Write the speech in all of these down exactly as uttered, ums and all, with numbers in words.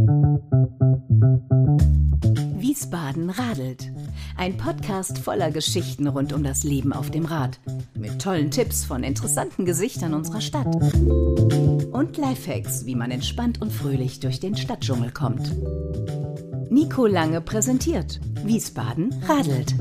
Wiesbaden radelt. Ein Podcast voller Geschichten rund um das Leben auf dem Rad. Mit tollen Tipps von interessanten Gesichtern unserer Stadt. Und Lifehacks, wie man entspannt und fröhlich durch den Stadtdschungel kommt. Nico Lange präsentiert Wiesbaden radelt.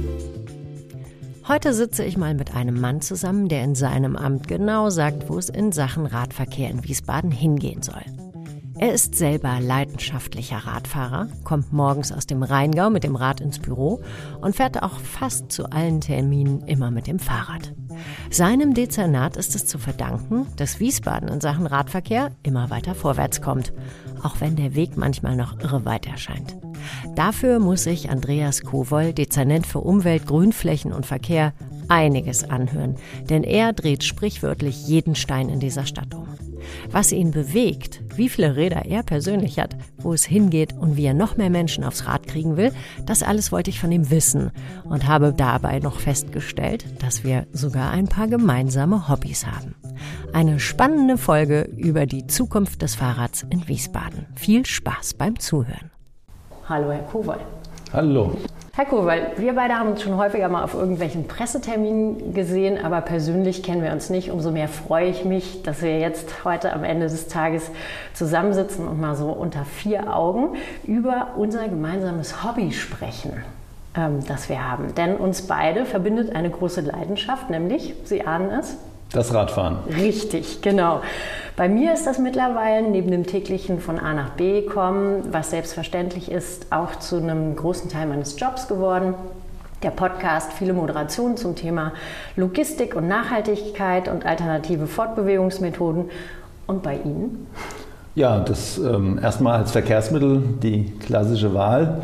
Heute sitze ich mal mit einem Mann zusammen, der in seinem Amt genau sagt, wo es in Sachen Radverkehr in Wiesbaden hingehen soll. Er ist selber leidenschaftlicher Radfahrer, kommt morgens aus dem Rheingau mit dem Rad ins Büro und fährt auch fast zu allen Terminen immer mit dem Fahrrad. Seinem Dezernat ist es zu verdanken, dass Wiesbaden in Sachen Radverkehr immer weiter vorwärts kommt, auch wenn der Weg manchmal noch irreweit erscheint. Dafür muss sich Andreas Kowoll, Dezernent für Umwelt, Grünflächen und Verkehr, einiges anhören, denn er dreht sprichwörtlich jeden Stein in dieser Stadt um. Was ihn bewegt, wie viele Räder er persönlich hat, wo es hingeht und wie er noch mehr Menschen aufs Rad kriegen will, das alles wollte ich von ihm wissen und habe dabei noch festgestellt, dass wir sogar ein paar gemeinsame Hobbys haben. Eine spannende Folge über die Zukunft des Fahrrads in Wiesbaden. Viel Spaß beim Zuhören. Hallo, Herr Kowoll. Hallo. Herr Kowoll, wir beide haben uns schon häufiger mal auf irgendwelchen Presseterminen gesehen, aber persönlich kennen wir uns nicht. Umso mehr freue ich mich, dass wir jetzt heute am Ende des Tages zusammensitzen und mal so unter vier Augen über unser gemeinsames Hobby sprechen, ähm, das wir haben. Denn uns beide verbindet eine große Leidenschaft, nämlich, Sie ahnen es? Das Radfahren. Richtig, genau. Bei mir ist das mittlerweile neben dem täglichen von A nach B kommen, was selbstverständlich ist, auch zu einem großen Teil meines Jobs geworden. Der Podcast, viele Moderationen zum Thema Logistik und Nachhaltigkeit und alternative Fortbewegungsmethoden. Und bei Ihnen? Ja, das ähm, erstmal als Verkehrsmittel die klassische Wahl.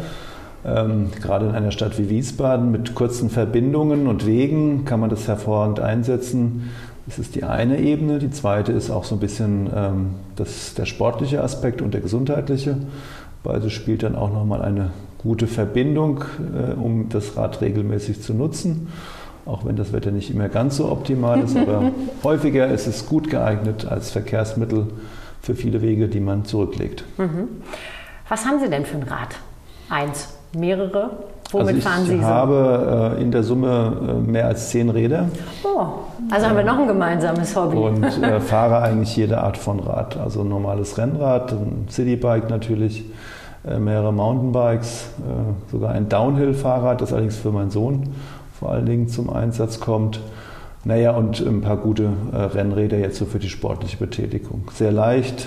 Ähm, gerade in einer Stadt wie Wiesbaden mit kurzen Verbindungen und Wegen kann man das hervorragend einsetzen. Das ist die eine Ebene. Die zweite ist auch so ein bisschen ähm, das, der sportliche Aspekt und der gesundheitliche. Beides spielt dann auch nochmal eine gute Verbindung, äh, um das Rad regelmäßig zu nutzen. Auch wenn das Wetter nicht immer ganz so optimal ist, aber häufiger ist es gut geeignet als Verkehrsmittel für viele Wege, die man zurücklegt. Mhm. Was haben Sie denn für ein Rad? Eins, mehrere? Womit also ich fahren Sie so? Ich habe äh, in der Summe äh, mehr als zehn Räder. Oh, also haben wir noch ein gemeinsames Hobby. Und äh, fahre eigentlich jede Art von Rad. Also ein normales Rennrad, ein Citybike natürlich, äh, mehrere Mountainbikes, äh, sogar ein Downhill-Fahrrad, das allerdings für meinen Sohn vor allen Dingen zum Einsatz kommt. Naja, und ein paar gute äh, Rennräder jetzt so für die sportliche Betätigung. Sehr leicht.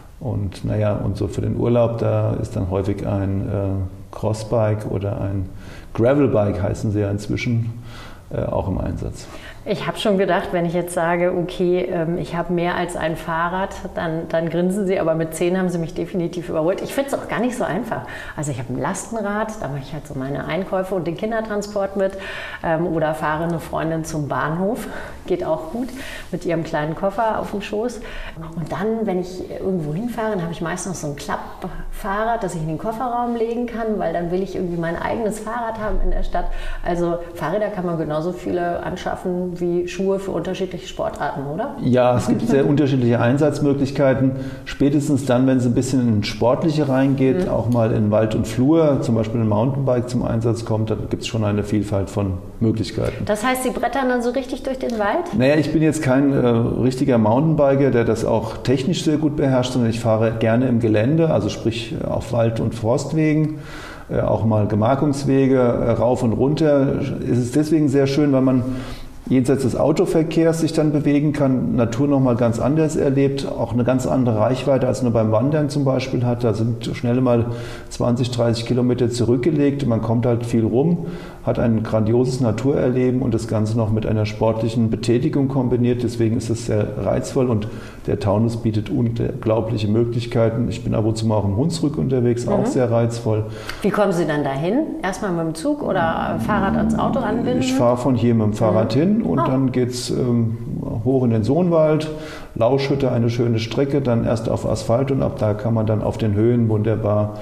Und naja, und so für den Urlaub, da ist dann häufig ein äh, Crossbike oder ein Gravelbike, heißen sie ja inzwischen, äh, auch im Einsatz. Ich habe schon gedacht, wenn ich jetzt sage, okay, ähm, ich habe mehr als ein Fahrrad, dann, dann grinsen Sie, aber mit zehn haben Sie mich definitiv überholt. Ich finde es auch gar nicht so einfach. Also ich habe ein Lastenrad, da mache ich halt so meine Einkäufe und den Kindertransport mit ähm, oder fahre eine Freundin zum Bahnhof, geht auch gut, mit ihrem kleinen Koffer auf dem Schoß. Und dann, wenn ich irgendwo hinfahre, dann habe ich meist noch so ein Klappfahrrad, das ich in den Kofferraum legen kann, weil dann will ich irgendwie mein eigenes Fahrrad haben in der Stadt. Also Fahrräder kann man genauso viele anschaffen wie Schuhe für unterschiedliche Sportarten, oder? Ja, es gibt sehr unterschiedliche Einsatzmöglichkeiten. Spätestens dann, wenn es ein bisschen in Sportliche reingeht, mhm. auch mal in Wald und Flur, zum Beispiel ein Mountainbike zum Einsatz kommt, dann gibt es schon eine Vielfalt von Möglichkeiten. Das heißt, Sie brettern dann so richtig durch den Wald? Naja, ich bin jetzt kein äh, richtiger Mountainbiker, der das auch technisch sehr gut beherrscht, sondern ich fahre gerne im Gelände, also sprich auf Wald- und Forstwegen. Äh, auch mal Gemarkungswege äh, rauf und runter. Es ist deswegen sehr schön, weil man jenseits des Autoverkehrs sich dann bewegen kann, Natur nochmal ganz anders erlebt, auch eine ganz andere Reichweite als nur beim Wandern zum Beispiel hat. Da sind schnell mal zwanzig, dreißig Kilometer zurückgelegt. Man kommt halt viel rum, hat ein grandioses Naturerleben und das Ganze noch mit einer sportlichen Betätigung kombiniert. Deswegen ist es sehr reizvoll und der Taunus bietet unglaubliche Möglichkeiten. Ich bin ab und zu mal auch im Hunsrück unterwegs, mhm. auch sehr reizvoll. Wie kommen Sie dann dahin? Erstmal mit dem Zug oder Fahrrad ans Auto anbinden? Ich fahre von hier mit dem Fahrrad mhm. hin. Und oh. dann geht es ähm, hoch in den Sohnwald, Lauschhütte, eine schöne Strecke, dann erst auf Asphalt und ab da kann man dann auf den Höhen wunderbar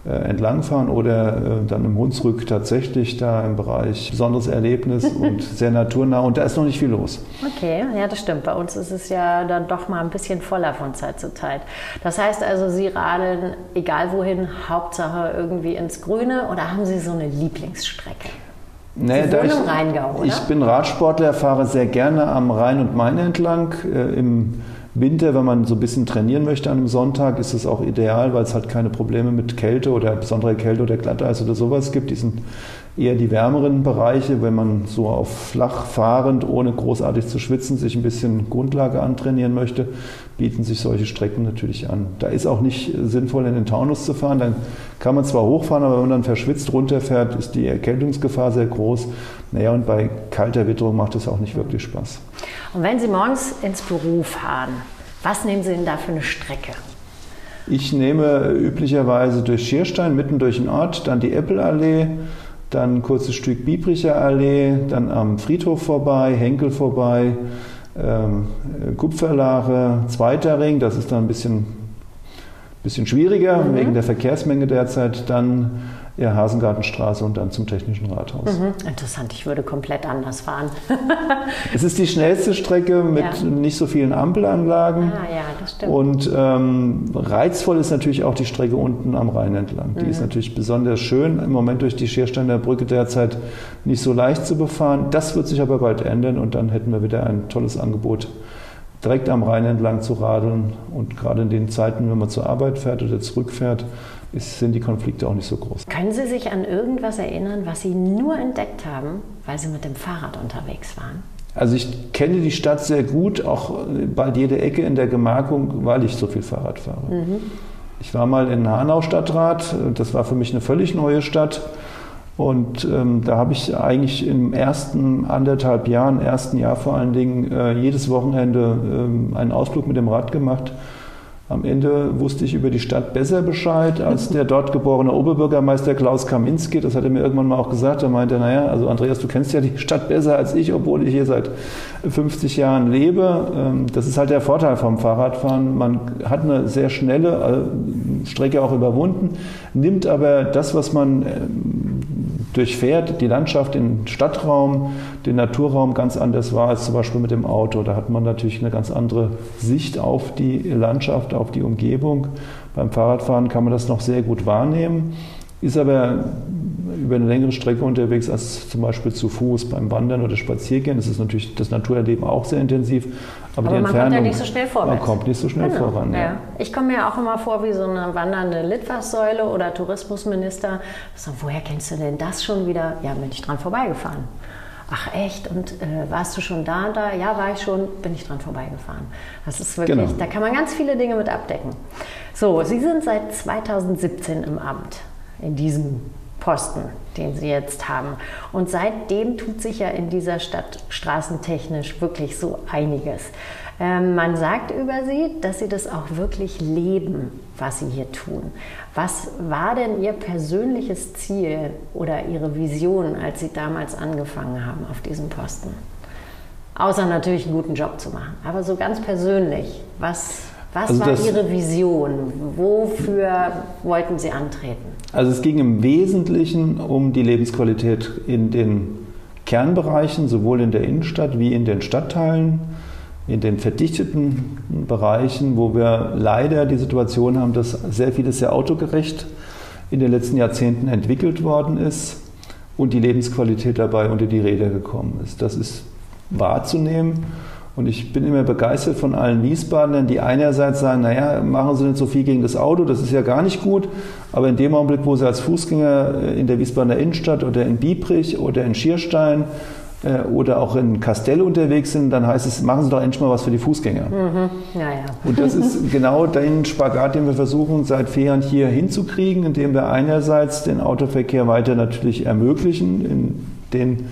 entlangfahren oder dann im Hunsrück tatsächlich da im Bereich besonderes Erlebnis und sehr naturnah und da ist noch nicht viel los. Okay, ja, das stimmt. Bei uns ist es ja dann doch mal ein bisschen voller von Zeit zu Zeit. Das heißt also, Sie radeln egal wohin, Hauptsache irgendwie ins Grüne oder haben Sie so eine Lieblingsstrecke? Nee, Sie wohnen ich, im Rheingau, oder? Ich bin Radsportler, fahre sehr gerne am Rhein und Main entlang. Äh, Im Winter, wenn man so ein bisschen trainieren möchte an einem Sonntag, ist es auch ideal, weil es halt keine Probleme mit Kälte oder besondere Kälte oder Glatteis oder sowas gibt. Die sind eher die wärmeren Bereiche, wenn man so auf flach fahrend, ohne großartig zu schwitzen, sich ein bisschen Grundlage antrainieren möchte, bieten sich solche Strecken natürlich an. Da ist auch nicht sinnvoll, in den Taunus zu fahren. Dann kann man zwar hochfahren, aber wenn man dann verschwitzt runterfährt, ist die Erkältungsgefahr sehr groß. Naja, und bei kalter Witterung macht es auch nicht wirklich Spaß. Und wenn Sie morgens ins Büro fahren, was nehmen Sie denn da für eine Strecke? Ich nehme üblicherweise durch Schierstein, mitten durch den Ort, dann die Eppelallee, dann ein kurzes Stück Biebricher Allee, dann am Friedhof vorbei, Henkel vorbei, ähm, Kupferlache, Zweiter Ring, das ist dann ein bisschen, bisschen schwieriger mhm. wegen der Verkehrsmenge derzeit, dann ja, Hasengartenstraße und dann zum Technischen Rathaus. Mhm. Interessant, ich würde komplett anders fahren. Es ist die schnellste Strecke mit ja. nicht so vielen Ampelanlagen. Ah, ja, das stimmt. Und ähm, reizvoll ist natürlich auch die Strecke unten am Rhein entlang. Die mhm. ist natürlich besonders schön. Im Moment durch die Schiersteiner Brücke derzeit nicht so leicht zu befahren. Das wird sich aber bald ändern und dann hätten wir wieder ein tolles Angebot, direkt am Rhein entlang zu radeln. Und gerade in den Zeiten, wenn man zur Arbeit fährt oder zurückfährt, ist, sind die Konflikte auch nicht so groß. Können Sie sich an irgendwas erinnern, was Sie nur entdeckt haben, weil Sie mit dem Fahrrad unterwegs waren? Also ich kenne die Stadt sehr gut, auch bald jede Ecke in der Gemarkung, weil ich so viel Fahrrad fahre. Mhm. Ich war mal in Hanau Stadtrat, das war für mich eine völlig neue Stadt. Und ähm, da habe ich eigentlich im ersten anderthalb Jahr, im ersten Jahr vor allen Dingen, äh, jedes Wochenende ähm, einen Ausflug mit dem Rad gemacht. Am Ende wusste ich über die Stadt besser Bescheid als der dort geborene Oberbürgermeister Klaus Kaminski. Das hat er mir irgendwann mal auch gesagt. Er meinte, naja, also Andreas, du kennst ja die Stadt besser als ich, obwohl ich hier seit fünfzig Jahren lebe. Das ist halt der Vorteil vom Fahrradfahren. Man hat eine sehr schnelle Strecke auch überwunden, nimmt aber das, was man durchfährt, die Landschaft, den Stadtraum, den Naturraum ganz anders wahr als zum Beispiel mit dem Auto. Da hat man natürlich eine ganz andere Sicht auf die Landschaft, auf die Umgebung. Beim Fahrradfahren kann man das noch sehr gut wahrnehmen, ist aber über eine längere Strecke unterwegs als zum Beispiel zu Fuß. Beim Wandern oder Spaziergehen ist es natürlich das Naturerleben auch sehr intensiv. Aber, aber die man Entfernung, kommt ja nicht so schnell vorwärts. Man kommt nicht so schnell genau. voran. Ja. Ja. Ich komme mir auch immer vor wie so eine wandernde Litfaßsäule oder Tourismusminister. So, woher kennst du denn das schon wieder? Ja, bin ich dran vorbeigefahren. Ach echt? Und äh, warst du schon da und da? Ja, war ich schon, bin ich dran vorbeigefahren. Das ist wirklich, genau. Da kann man ganz viele Dinge mit abdecken. So, Sie sind seit zweitausendsiebzehn im Amt, in diesem Posten, den Sie jetzt haben. Und seitdem tut sich ja in dieser Stadt straßentechnisch wirklich so einiges. Ähm, man sagt über Sie, dass Sie das auch wirklich leben, was Sie hier tun. Was war denn Ihr persönliches Ziel oder Ihre Vision, als Sie damals angefangen haben auf diesem Posten? Außer natürlich einen guten Job zu machen, aber so ganz persönlich, was... Was also war das, Ihre Vision? Wofür wollten Sie antreten? Also es ging im Wesentlichen um die Lebensqualität in den Kernbereichen, sowohl in der Innenstadt wie in den Stadtteilen, in den verdichteten Bereichen, wo wir leider die Situation haben, dass sehr vieles sehr autogerecht in den letzten Jahrzehnten entwickelt worden ist und die Lebensqualität dabei unter die Räder gekommen ist. Das ist wahrzunehmen. Und ich bin immer begeistert von allen Wiesbadenern, die einerseits sagen, naja, machen Sie nicht so viel gegen das Auto, das ist ja gar nicht gut. Aber in dem Augenblick, wo Sie als Fußgänger in der Wiesbadener Innenstadt oder in Biebrich oder in Schierstein äh, oder auch in Kastell unterwegs sind, dann heißt es, machen Sie doch endlich mal was für die Fußgänger. Mhm. Ja, ja. Und das ist genau den Spagat, den wir versuchen seit vier Jahren hier hinzukriegen, indem wir einerseits den Autoverkehr weiter natürlich ermöglichen in den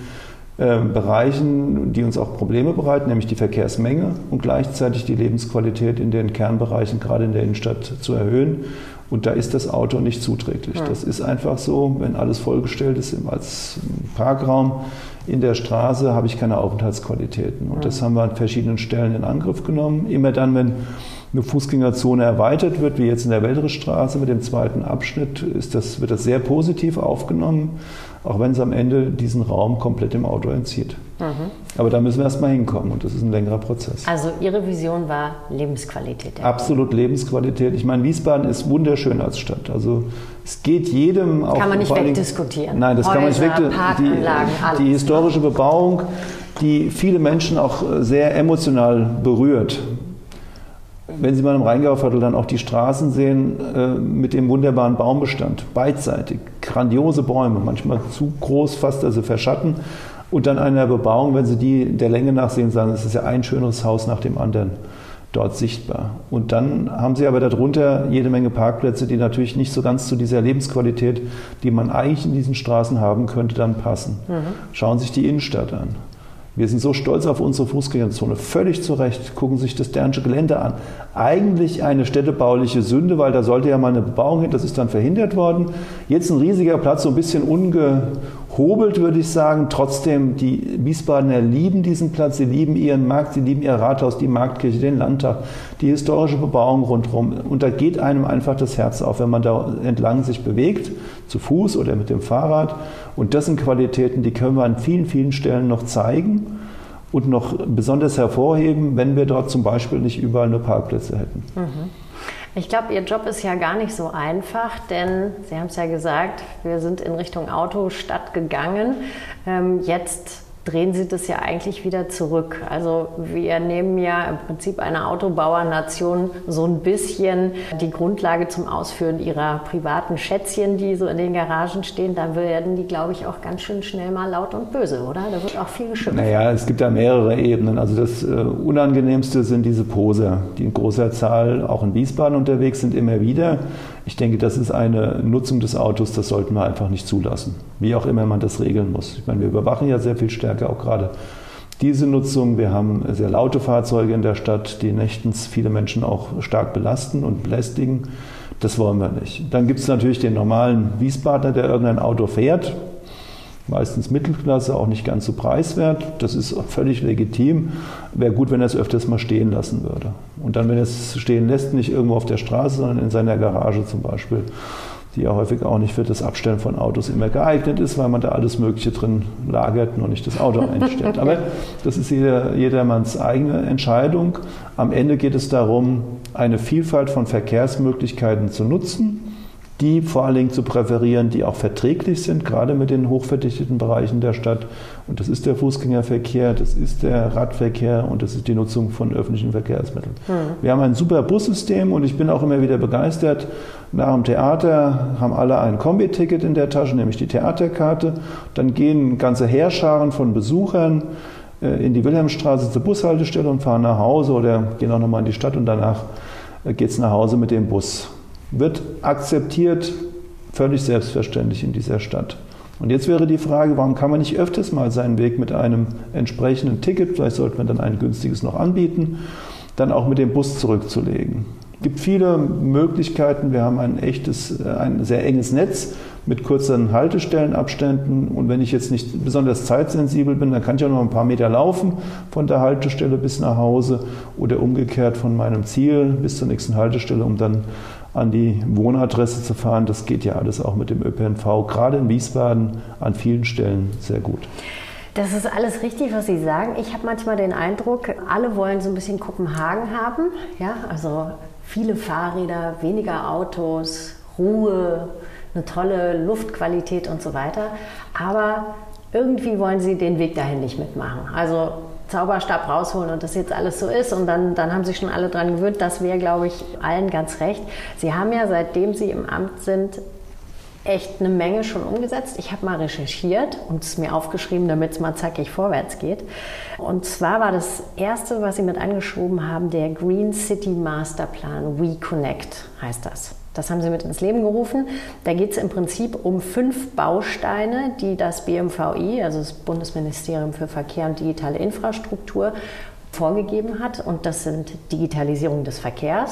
Bereichen, die uns auch Probleme bereiten, nämlich die Verkehrsmenge und gleichzeitig die Lebensqualität in den Kernbereichen, gerade in der Innenstadt, zu erhöhen. Und da ist das Auto nicht zuträglich. Ja. Das ist einfach so, wenn alles vollgestellt ist als Parkraum in der Straße, habe ich keine Aufenthaltsqualitäten. Und ja. das haben wir an verschiedenen Stellen in Angriff genommen. Immer dann, wenn eine Fußgängerzone erweitert wird, wie jetzt in der Welterichstraße mit dem zweiten Abschnitt, ist das, wird das sehr positiv aufgenommen, auch wenn es am Ende diesen Raum komplett dem Auto entzieht. Mhm. Aber da müssen wir erst mal hinkommen und das ist ein längerer Prozess. Also Ihre Vision war Lebensqualität. Absolut Lebensqualität. Ich meine, Wiesbaden ist wunderschön als Stadt. Also es geht jedem auch... Kann man nicht wegdiskutieren. Nein, das Häuser, kann man nicht wegdiskutieren. Parkanlagen, alles. Die historische Bebauung, die viele Menschen auch sehr emotional berührt. Wenn Sie mal im Rheingauerviertel dann auch die Straßen sehen äh, mit dem wunderbaren Baumbestand, beidseitig, grandiose Bäume, manchmal zu groß, fast dass sie verschatten. Und dann einer Bebauung, wenn Sie die der Länge nach sehen, sagen, es ist ja ein schöneres Haus nach dem anderen dort sichtbar. Und dann haben Sie aber darunter jede Menge Parkplätze, die natürlich nicht so ganz zu dieser Lebensqualität, die man eigentlich in diesen Straßen haben könnte, dann passen. Mhm. Schauen Sie sich die Innenstadt an. Wir sind so stolz auf unsere Fußgängerzone, völlig zu Recht. Gucken Sie sich das Dernsche Gelände an. Eigentlich eine städtebauliche Sünde, weil da sollte ja mal eine Bebauung hin, das ist dann verhindert worden. Jetzt ein riesiger Platz, so ein bisschen ungehobelt, würde ich sagen. Trotzdem, die Wiesbadener lieben diesen Platz, sie lieben ihren Markt, sie lieben ihr Rathaus, die Marktkirche, den Landtag, die historische Bebauung rundherum. Und da geht einem einfach das Herz auf, wenn man da entlang sich bewegt, zu Fuß oder mit dem Fahrrad. Und das sind Qualitäten, die können wir an vielen, vielen Stellen noch zeigen und noch besonders hervorheben, wenn wir dort zum Beispiel nicht überall nur Parkplätze hätten. Ich glaube, Ihr Job ist ja gar nicht so einfach, denn Sie haben es ja gesagt, wir sind in Richtung Autostadt gegangen. Ähm, jetzt drehen Sie das ja eigentlich wieder zurück. Also wir nehmen ja im Prinzip einer Autobauernation so ein bisschen die Grundlage zum Ausführen ihrer privaten Schätzchen, die so in den Garagen stehen. Da werden die, glaube ich, auch ganz schön schnell mal laut und böse, oder? Da wird auch viel geschimpft. Naja, es gibt da mehrere Ebenen. Also das äh, Unangenehmste sind diese Poser, die in großer Zahl auch in Wiesbaden unterwegs sind, immer wieder. Ich denke, das ist eine Nutzung des Autos, das sollten wir einfach nicht zulassen. Wie auch immer man das regeln muss. Ich meine, wir überwachen ja sehr viel stärker auch gerade diese Nutzung. Wir haben sehr laute Fahrzeuge in der Stadt, die nächtens viele Menschen auch stark belasten und belästigen. Das wollen wir nicht. Dann gibt es natürlich den normalen Wiesbadener, der irgendein Auto fährt. Meistens Mittelklasse, auch nicht ganz so preiswert. Das ist völlig legitim. Wäre gut, wenn er es öfters mal stehen lassen würde. Und dann, wenn er es stehen lässt, nicht irgendwo auf der Straße, sondern in seiner Garage zum Beispiel, die ja häufig auch nicht für das Abstellen von Autos immer geeignet ist, weil man da alles Mögliche drin lagert, nur nicht das Auto einstellt. Aber das ist jeder, jedermanns eigene Entscheidung. Am Ende geht es darum, eine Vielfalt von Verkehrsmöglichkeiten zu nutzen, die vor allen Dingen zu präferieren, die auch verträglich sind, gerade mit den hochverdichteten Bereichen der Stadt. Und das ist der Fußgängerverkehr, das ist der Radverkehr und das ist die Nutzung von öffentlichen Verkehrsmitteln. Mhm. Wir haben ein super Bussystem und ich bin auch immer wieder begeistert. Nach dem Theater haben alle ein Kombi-Ticket in der Tasche, nämlich die Theaterkarte. Dann gehen ganze Heerscharen von Besuchern in die Wilhelmstraße zur Bushaltestelle und fahren nach Hause oder gehen auch nochmal in die Stadt und danach geht es nach Hause mit dem Bus. Wird akzeptiert, völlig selbstverständlich in dieser Stadt. Und jetzt wäre die Frage, warum kann man nicht öfters mal seinen Weg mit einem entsprechenden Ticket, vielleicht sollte man dann ein günstiges noch anbieten, dann auch mit dem Bus zurückzulegen. Es gibt viele Möglichkeiten. Wir haben ein echtes, ein sehr enges Netz mit kurzen Haltestellenabständen. Und wenn ich jetzt nicht besonders zeitsensibel bin, dann kann ich auch noch ein paar Meter laufen von der Haltestelle bis nach Hause oder umgekehrt von meinem Ziel bis zur nächsten Haltestelle, um dann an die Wohnadresse zu fahren. Das geht ja alles auch mit dem Ö P N V, gerade in Wiesbaden an vielen Stellen sehr gut. Das ist alles richtig, was Sie sagen. Ich habe manchmal den Eindruck, alle wollen so ein bisschen Kopenhagen haben. Ja, also viele Fahrräder, weniger Autos, Ruhe, eine tolle Luftqualität und so weiter. Aber irgendwie wollen sie den Weg dahin nicht mitmachen. Also Zauberstab rausholen und das jetzt alles so ist und dann, dann haben sich schon alle dran gewöhnt. Das wäre, glaube ich, allen ganz recht. Sie haben ja, seitdem Sie im Amt sind, echt eine Menge schon umgesetzt. Ich habe mal recherchiert und es mir aufgeschrieben, damit es mal zackig vorwärts geht. Und zwar war das Erste, was Sie mit angeschoben haben, der Green City Masterplan WeConnect heißt das. Das haben Sie mit ins Leben gerufen. Da geht es im Prinzip um fünf Bausteine, die das B M V I, also das Bundesministerium für Verkehr und digitale Infrastruktur, vorgegeben hat. Und das sind Digitalisierung des Verkehrs,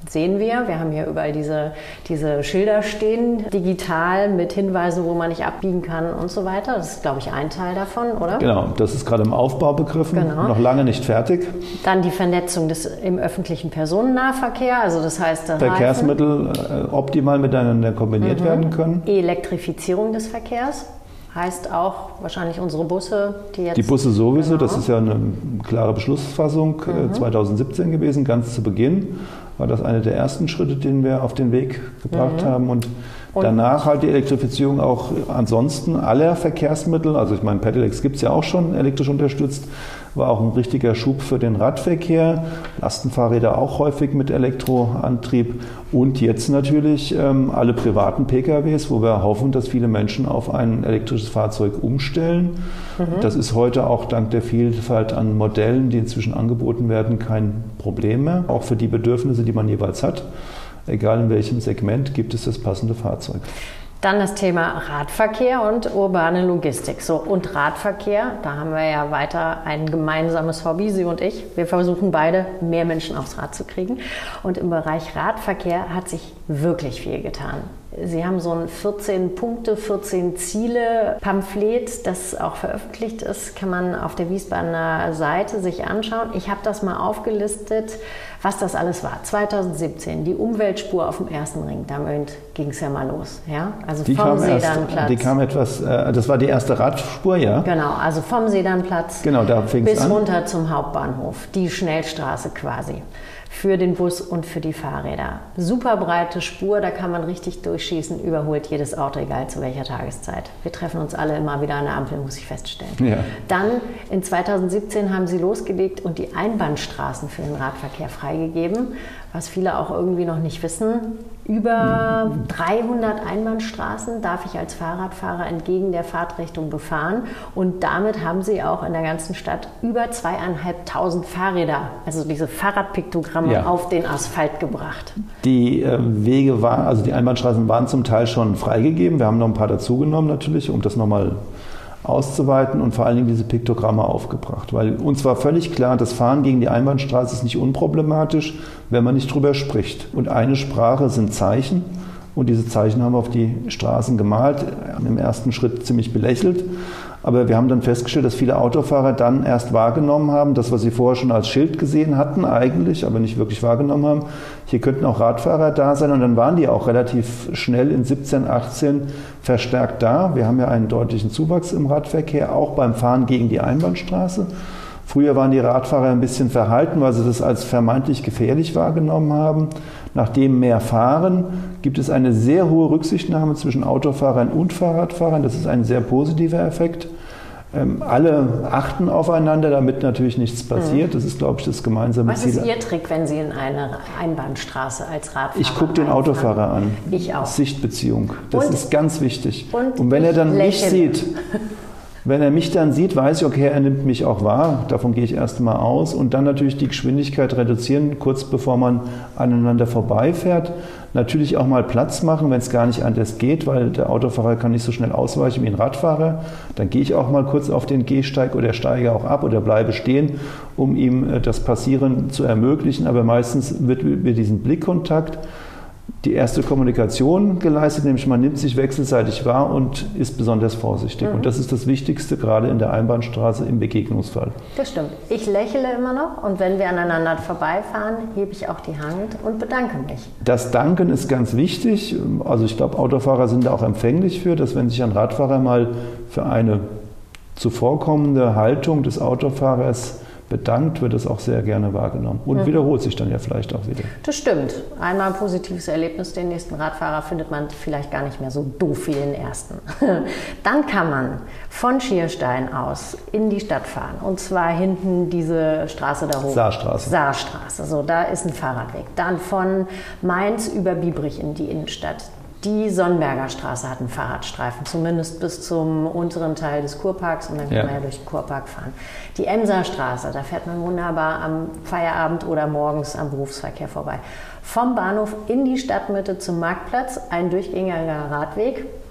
sehen wir. Wir haben hier überall diese, diese Schilder stehen, digital mit Hinweisen, wo man nicht abbiegen kann und so weiter. Das ist, glaube ich, ein Teil davon, oder? Genau, das ist gerade im Aufbau begriffen, genau. Noch lange nicht fertig. Dann die Vernetzung des, im öffentlichen Personennahverkehr, also das heißt... Verkehrsmittel äh, optimal miteinander kombiniert mhm. werden können. Elektrifizierung des Verkehrs. Heißt auch wahrscheinlich unsere Busse, die jetzt... Die Busse sowieso, genau. Das ist ja eine klare Beschlussfassung mhm. zwanzig siebzehn gewesen, ganz zu Beginn. War das einer der ersten Schritte, den wir auf den Weg gebracht mhm. haben. Und, und danach halt die Elektrifizierung auch ansonsten aller Verkehrsmittel. Also ich meine, Pedelecs gibt es ja auch schon elektrisch unterstützt. War auch ein richtiger Schub für den Radverkehr. Lastenfahrräder auch häufig mit Elektroantrieb. Und jetzt natürlich ähm, alle privaten P K Ws, wo wir hoffen, dass viele Menschen auf ein elektrisches Fahrzeug umstellen. Mhm. Das ist heute auch dank der Vielfalt an Modellen, die inzwischen angeboten werden, kein Problem mehr. Auch für die Bedürfnisse, die man jeweils hat. Egal in welchem Segment, gibt es das passende Fahrzeug. Dann das Thema Radverkehr und urbane Logistik. So, und Radverkehr, da haben wir ja weiter ein gemeinsames Hobby, Sie und ich. Wir versuchen beide, mehr Menschen aufs Rad zu kriegen. Und im Bereich Radverkehr hat sich wirklich viel getan. Sie haben so ein vierzehn Punkte, vierzehn Ziele Pamphlet, das auch veröffentlicht ist, kann man auf der Wiesbadener Seite sich anschauen. Ich habe das mal aufgelistet, was das alles war. zwanzig siebzehn, die Umweltspur auf dem ersten Ring, damit ging es ja mal los. Ja? Also die vom Sedanplatz. Die kam etwas, äh, das war die erste Radspur, ja? Genau, also vom Sedanplatz genau, da bis an. runter zum Hauptbahnhof, die Schnellstraße quasi. Für den Bus und für die Fahrräder. Super breite Spur, da kann man richtig durchschießen, überholt jedes Auto, egal zu welcher Tageszeit. Wir treffen uns alle immer wieder an der Ampel, muss ich feststellen. Ja. Dann in zwanzig siebzehn haben sie losgelegt und die Einbahnstraßen für den Radverkehr freigegeben, was viele auch irgendwie noch nicht wissen. Über dreihundert Einbahnstraßen darf ich als Fahrradfahrer entgegen der Fahrtrichtung befahren und damit haben sie auch in der ganzen Stadt über zweieinhalbtausend Fahrräder, also diese Fahrradpiktogramme, ja. auf den Asphalt gebracht. Die äh, Wege waren, also die Einbahnstraßen waren zum Teil schon freigegeben. Wir haben noch ein paar dazugenommen natürlich, um das nochmal auszuweiten und vor allen Dingen diese Piktogramme aufgebracht. Weil uns war völlig klar, das Fahren gegen die Einbahnstraße ist nicht unproblematisch, wenn man nicht drüber spricht. Und eine Sprache sind Zeichen und diese Zeichen haben wir auf die Straßen gemalt, im ersten Schritt ziemlich belächelt. Aber wir haben dann festgestellt, dass viele Autofahrer dann erst wahrgenommen haben, das, was sie vorher schon als Schild gesehen hatten eigentlich, aber nicht wirklich wahrgenommen haben. Hier könnten auch Radfahrer da sein und dann waren die auch relativ schnell in siebzehn, achtzehn verstärkt da. Wir haben ja einen deutlichen Zuwachs im Radverkehr, auch beim Fahren gegen die Einbahnstraße. Früher waren die Radfahrer ein bisschen verhalten, weil sie das als vermeintlich gefährlich wahrgenommen haben. Nachdem mehr fahren, gibt es eine sehr hohe Rücksichtnahme zwischen Autofahrern und Fahrradfahrern. Das ist ein sehr positiver Effekt. Ähm, alle achten aufeinander, damit natürlich nichts passiert. Das ist, glaube ich, das gemeinsame Was Ziel. Was ist Ihr Trick, wenn Sie in eine Einbahnstraße als Radfahrer Ich gucke den Autofahrer an. Ich auch. Sichtbeziehung. Das und, ist ganz wichtig. Und, und wenn er dann mich lächle. sieht... Wenn er mich dann sieht, weiß ich, okay, er nimmt mich auch wahr. Davon gehe ich erst mal aus. Und dann natürlich die Geschwindigkeit reduzieren, kurz bevor man aneinander vorbeifährt. Natürlich auch mal Platz machen, wenn es gar nicht anders geht, weil der Autofahrer kann nicht so schnell ausweichen wie ein Radfahrer. Dann gehe ich auch mal kurz auf den Gehsteig oder steige auch ab oder bleibe stehen, um ihm das Passieren zu ermöglichen. Aber meistens wird über diesen Blickkontakt die erste Kommunikation geleistet, nämlich man nimmt sich wechselseitig wahr und ist besonders vorsichtig. Mhm. Und das ist das Wichtigste, gerade in der Einbahnstraße im Begegnungsfall. Das stimmt. Ich lächle immer noch und wenn wir aneinander vorbeifahren, hebe ich auch die Hand und bedanke mich. Das Danken ist ganz wichtig. Also ich glaube, Autofahrer sind da auch empfänglich für, dass wenn sich ein Radfahrer mal für eine zuvorkommende Haltung des Autofahrers bedankt, wird es auch sehr gerne wahrgenommen und mhm. wiederholt sich dann ja vielleicht auch wieder. Das stimmt. Einmal ein positives Erlebnis, den nächsten Radfahrer findet man vielleicht gar nicht mehr so doof wie den ersten. Dann kann man von Schierstein aus in die Stadt fahren und zwar hinten diese Straße da hoch. Saarstraße. Saarstraße, so da ist ein Fahrradweg. Dann von Mainz über Biebrich in die Innenstadt. Die Sonnenberger Straße hat einen Fahrradstreifen, zumindest bis zum unteren Teil des Kurparks und dann kann ja. man ja durch den Kurpark fahren. Die Emser Straße, da fährt man wunderbar am Feierabend oder morgens am Berufsverkehr vorbei. Vom Bahnhof in die Stadtmitte zum Marktplatz, ein durchgängiger Radweg.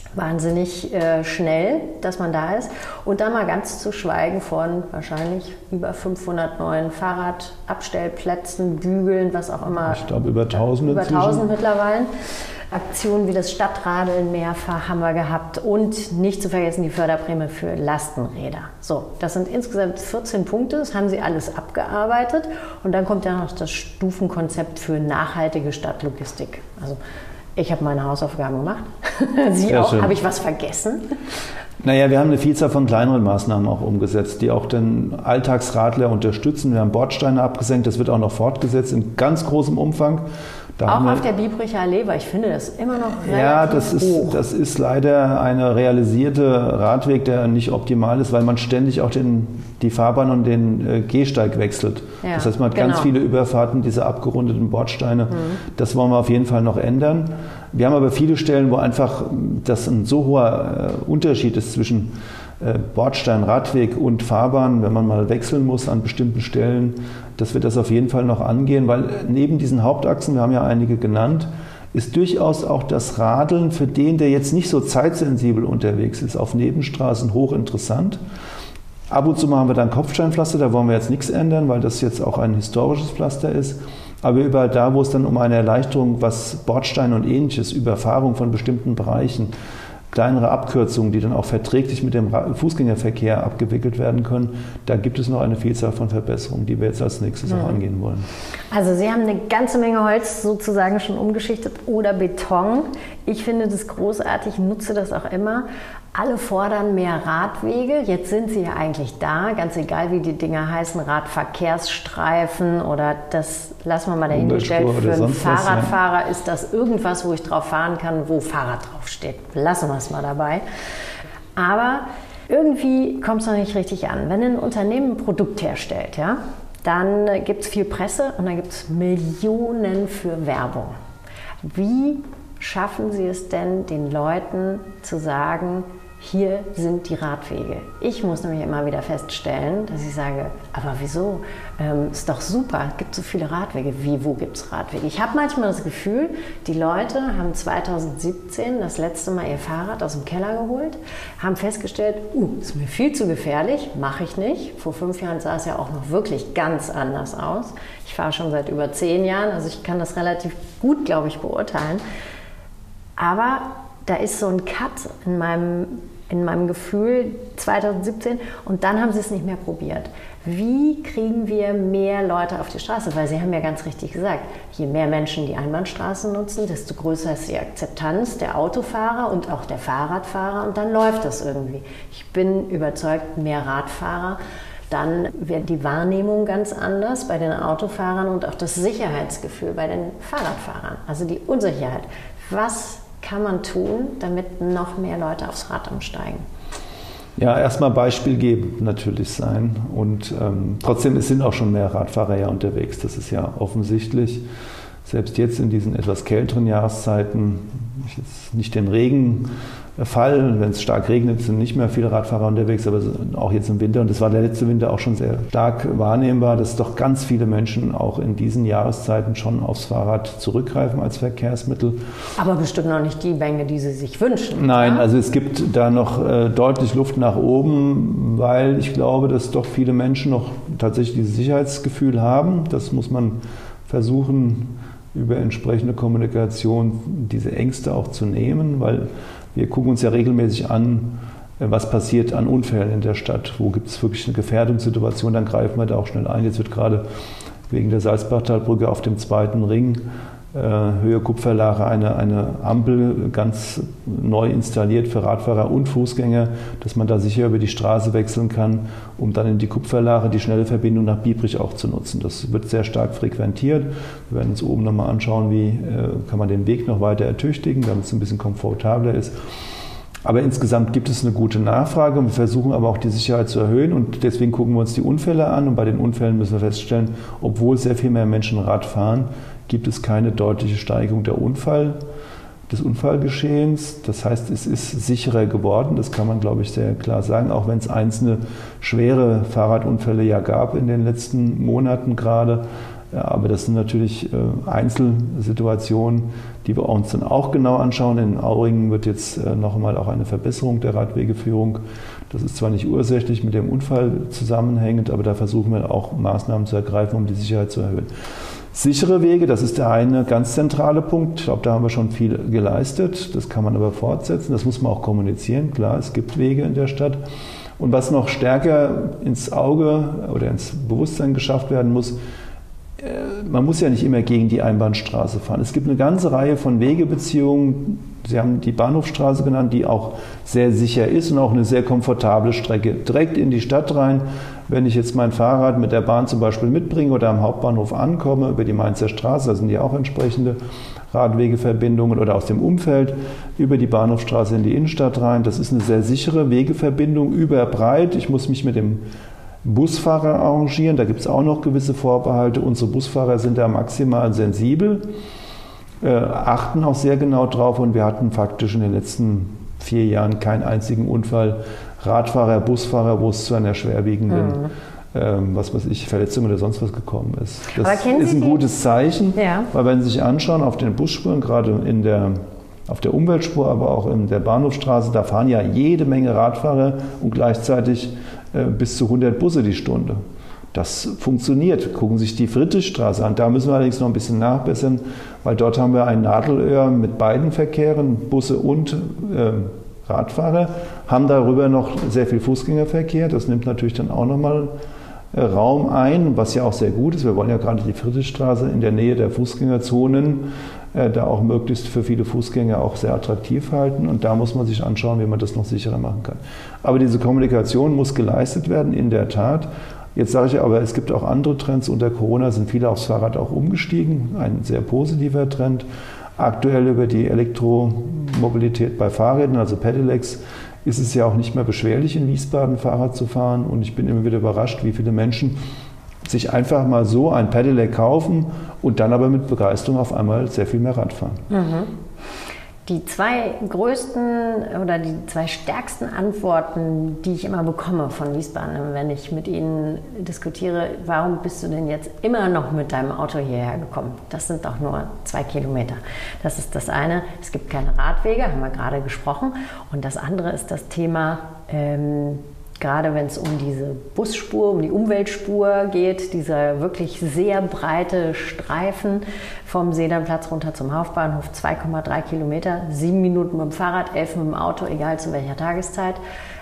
wahnsinnig äh, schnell, dass man da ist. Und dann mal ganz zu schweigen von wahrscheinlich über fünfhundert neuen Fahrradabstellplätzen, Bügeln, was auch immer. Ich glaube über tausend. Über tausend mittlerweile. Aktionen wie das Stadtradeln mehrfach haben wir gehabt und nicht zu vergessen die Förderprämie für Lastenräder. So, das sind insgesamt vierzehn Punkte, das haben Sie alles abgearbeitet und dann kommt ja noch das Stufenkonzept für nachhaltige Stadtlogistik. Also ich habe meine Hausaufgaben gemacht. Sie Sehr auch. schön. Habe ich was vergessen? Naja, wir haben eine Vielzahl von kleineren Maßnahmen auch umgesetzt, die auch den Alltagsradler unterstützen. Wir haben Bordsteine abgesenkt, das wird auch noch fortgesetzt in ganz großem Umfang. Da auch auf der Biebricher Allee, weil ich finde das immer noch relativ Ja, das ist, hoch. das ist leider ein realisierter Radweg, der nicht optimal ist, weil man ständig auch den, die Fahrbahn und den äh, Gehsteig wechselt. Ja, das heißt, man hat genau. ganz viele Überfahrten, diese abgerundeten Bordsteine. Mhm. Das wollen wir auf jeden Fall noch ändern. Wir haben aber viele Stellen, wo einfach das ein so hoher äh, Unterschied ist zwischen äh, Bordstein, Radweg und Fahrbahn, wenn man mal wechseln muss an bestimmten Stellen, dass wir das auf jeden Fall noch angehen, weil neben diesen Hauptachsen, wir haben ja einige genannt, ist durchaus auch das Radeln für den, der jetzt nicht so zeitsensibel unterwegs ist, auf Nebenstraßen hochinteressant. Ab und zu machen wir dann Kopfsteinpflaster, da wollen wir jetzt nichts ändern, weil das jetzt auch ein historisches Pflaster ist. Aber überall da, wo es dann um eine Erleichterung, was Bordsteine und Ähnliches, Überfahrung von bestimmten Bereichen, kleinere Abkürzungen, die dann auch verträglich mit dem Fußgängerverkehr abgewickelt werden können, da gibt es noch eine Vielzahl von Verbesserungen, die wir jetzt als nächstes mhm. auch angehen wollen. Also Sie haben eine ganze Menge Holz sozusagen schon umgeschichtet oder Beton. Ich finde das großartig, nutze das auch immer. Alle fordern mehr Radwege. Jetzt sind sie ja eigentlich da, ganz egal wie die Dinger heißen, Radverkehrsstreifen oder das, lassen wir mal dahingestellt, für einen Fahrradfahrer was, ja. Ist das irgendwas, wo ich drauf fahren kann, wo Fahrrad draufsteht. Lassen wir es mal dabei. Aber irgendwie kommt es noch nicht richtig an. Wenn ein Unternehmen ein Produkt herstellt, ja, dann gibt es viel Presse und dann gibt es Millionen für Werbung. Wie schaffen Sie es denn, den Leuten zu sagen, hier sind die Radwege? Ich muss nämlich immer wieder feststellen, dass ich sage, aber wieso? Ähm, ist doch super, es gibt so viele Radwege. Wie, wo gibt es Radwege? Ich habe manchmal das Gefühl, die Leute haben zweitausendsiebzehn das letzte Mal ihr Fahrrad aus dem Keller geholt, haben festgestellt, uh, ist mir viel zu gefährlich, mache ich nicht. Vor fünf Jahren sah es ja auch noch wirklich ganz anders aus. Ich fahre schon seit über zehn Jahren, also ich kann das relativ gut, glaube ich, beurteilen. Aber da ist so ein Cut in meinem, in meinem Gefühl zweitausendsiebzehn und dann haben sie es nicht mehr probiert. Wie kriegen wir mehr Leute auf die Straße? Weil Sie haben ja ganz richtig gesagt, je mehr Menschen die Einbahnstraßen nutzen, desto größer ist die Akzeptanz der Autofahrer und auch der Fahrradfahrer und dann läuft das irgendwie. Ich bin überzeugt, mehr Radfahrer, dann wird die Wahrnehmung ganz anders bei den Autofahrern und auch das Sicherheitsgefühl bei den Fahrradfahrern, also die Unsicherheit. Was kann man tun, damit noch mehr Leute aufs Rad umsteigen? Ja, erstmal Beispiel geben natürlich sein. Und ähm, trotzdem sind auch schon mehr Radfahrer ja unterwegs. Das ist ja offensichtlich. Selbst jetzt in diesen etwas kälteren Jahreszeiten, jetzt nicht den Regenfall, wenn es stark regnet, sind nicht mehr viele Radfahrer unterwegs, aber auch jetzt im Winter, und das war der letzte Winter auch schon sehr stark wahrnehmbar, dass doch ganz viele Menschen auch in diesen Jahreszeiten schon aufs Fahrrad zurückgreifen als Verkehrsmittel. Aber bestimmt noch nicht die Menge, die Sie sich wünschen. Nein, ja? Also es gibt da noch äh, deutlich Luft nach oben, weil ich glaube, dass doch viele Menschen noch tatsächlich dieses Sicherheitsgefühl haben. Das muss man versuchen, über entsprechende Kommunikation diese Ängste auch zu nehmen, weil wir gucken uns ja regelmäßig an, was passiert an Unfällen in der Stadt. Wo gibt es wirklich eine Gefährdungssituation, dann greifen wir da auch schnell ein. Jetzt wird gerade wegen der Salzbachtalbrücke auf dem zweiten Ring äh, Höhe Kupferlache eine, eine Ampel ganz neu installiert für Radfahrer und Fußgänger, dass man da sicher über die Straße wechseln kann, um dann in die Kupferlache die schnelle Verbindung nach Biebrich auch zu nutzen. Das wird sehr stark frequentiert. Wir werden uns oben nochmal anschauen, wie äh, kann man den Weg noch weiter ertüchtigen, damit es ein bisschen komfortabler ist. Aber insgesamt gibt es eine gute Nachfrage und wir versuchen aber auch die Sicherheit zu erhöhen und deswegen gucken wir uns die Unfälle an und bei den Unfällen müssen wir feststellen, obwohl sehr viel mehr Menschen Rad fahren, gibt es keine deutliche Steigerung der Unfall, des Unfallgeschehens. Das heißt, es ist sicherer geworden, das kann man, glaube ich, sehr klar sagen, auch wenn es einzelne schwere Fahrradunfälle ja gab in den letzten Monaten gerade. Ja, aber das sind natürlich äh, Einzelsituationen, die wir uns dann auch genau anschauen. In Auringen wird jetzt äh, noch einmal auch eine Verbesserung der Radwegeführung. Das ist zwar nicht ursächlich mit dem Unfall zusammenhängend, aber da versuchen wir auch Maßnahmen zu ergreifen, um die Sicherheit zu erhöhen. Sichere Wege, das ist der eine ganz zentrale Punkt. Ich glaube, da haben wir schon viel geleistet. Das kann man aber fortsetzen. Das muss man auch kommunizieren. Klar, es gibt Wege in der Stadt. Und was noch stärker ins Auge oder ins Bewusstsein geschafft werden muss, man muss ja nicht immer gegen die Einbahnstraße fahren. Es gibt eine ganze Reihe von Wegebeziehungen, Sie haben die Bahnhofstraße genannt, die auch sehr sicher ist und auch eine sehr komfortable Strecke. Direkt in die Stadt rein, wenn ich jetzt mein Fahrrad mit der Bahn zum Beispiel mitbringe oder am Hauptbahnhof ankomme, über die Mainzer Straße, da sind ja auch entsprechende Radwegeverbindungen oder aus dem Umfeld, über die Bahnhofstraße in die Innenstadt rein. Das ist eine sehr sichere Wegeverbindung, überbreit. Ich muss mich mit dem Busfahrer arrangieren, da gibt es auch noch gewisse Vorbehalte. Unsere Busfahrer sind da maximal sensibel, äh, achten auch sehr genau drauf und wir hatten faktisch in den letzten vier Jahren keinen einzigen Unfall, Radfahrer, Busfahrer, wo es zu einer schwerwiegenden, mhm. ähm, was weiß ich, Verletzung oder sonst was gekommen ist. Das ist ein gutes Zeichen, ja. Weil wenn Sie sich anschauen auf den Busspuren, gerade in der auf der Umweltspur, aber auch in der Bahnhofstraße, da fahren ja jede Menge Radfahrer und gleichzeitig äh, bis zu hundert Busse die Stunde. Das funktioniert. Gucken Sie sich die Friedrichstraße an. Da müssen wir allerdings noch ein bisschen nachbessern, weil dort haben wir ein Nadelöhr mit beiden Verkehren, Busse und äh, Radfahrer, haben darüber noch sehr viel Fußgängerverkehr. Das nimmt natürlich dann auch nochmal äh, Raum ein, was ja auch sehr gut ist. Wir wollen ja gerade die Friedrichstraße in der Nähe der Fußgängerzonen äh, da auch möglichst für viele Fußgänger auch sehr attraktiv halten. Und da muss man sich anschauen, wie man das noch sicherer machen kann. Aber diese Kommunikation muss geleistet werden, in der Tat. Jetzt sage ich aber, es gibt auch andere Trends. Unter Corona sind viele aufs Fahrrad auch umgestiegen. Ein sehr positiver Trend. Aktuell über die Elektromobilität bei Fahrrädern, also Pedelecs, ist es ja auch nicht mehr beschwerlich, in Wiesbaden Fahrrad zu fahren. Und ich bin immer wieder überrascht, wie viele Menschen sich einfach mal so ein Pedelec kaufen und dann aber mit Begeisterung auf einmal sehr viel mehr Rad fahren. Mhm. Die zwei größten oder die zwei stärksten Antworten, die ich immer bekomme von Wiesbaden, wenn ich mit ihnen diskutiere, warum bist du denn jetzt immer noch mit deinem Auto hierher gekommen? Das sind doch nur zwei Kilometer. Das ist das eine. Es gibt keine Radwege, haben wir gerade gesprochen. Und das andere ist das Thema, ähm, gerade wenn es um diese Busspur, um die Umweltspur geht, dieser wirklich sehr breite Streifen vom Sedanplatz runter zum Hauptbahnhof, zwei Komma drei Kilometer, sieben Minuten mit dem Fahrrad, elf mit dem Auto, egal zu welcher Tageszeit.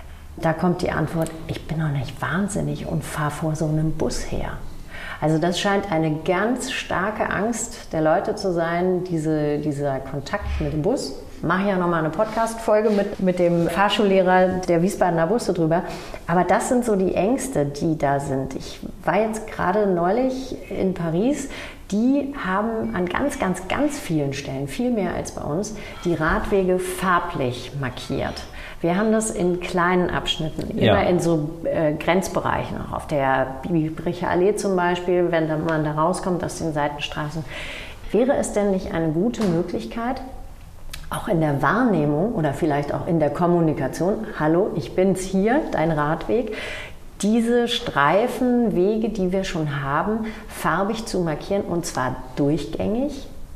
Da kommt die Antwort, ich bin doch nicht wahnsinnig und fahre vor so einem Bus her. Also das scheint eine ganz starke Angst der Leute zu sein, diese, dieser Kontakt mit dem Bus. Ich mache ja nochmal eine Podcast-Folge mit, mit dem Fahrschullehrer der Wiesbadener Busse drüber. Aber das sind so die Ängste, die da sind. Ich war jetzt gerade neulich in Paris. Die haben an ganz, ganz, ganz vielen Stellen, viel mehr als bei uns, die Radwege farblich markiert. Wir haben das in kleinen Abschnitten, immer ja. in so äh, Grenzbereichen, auch auf der Biebricher Allee zum Beispiel, wenn man da rauskommt aus den Seitenstraßen. Wäre es denn nicht eine gute Möglichkeit, auch in der Wahrnehmung oder vielleicht auch in der Kommunikation, hallo, ich bin's hier, dein Radweg, diese Streifen, Wege, die wir schon haben, farbig zu markieren und zwar durchgängig?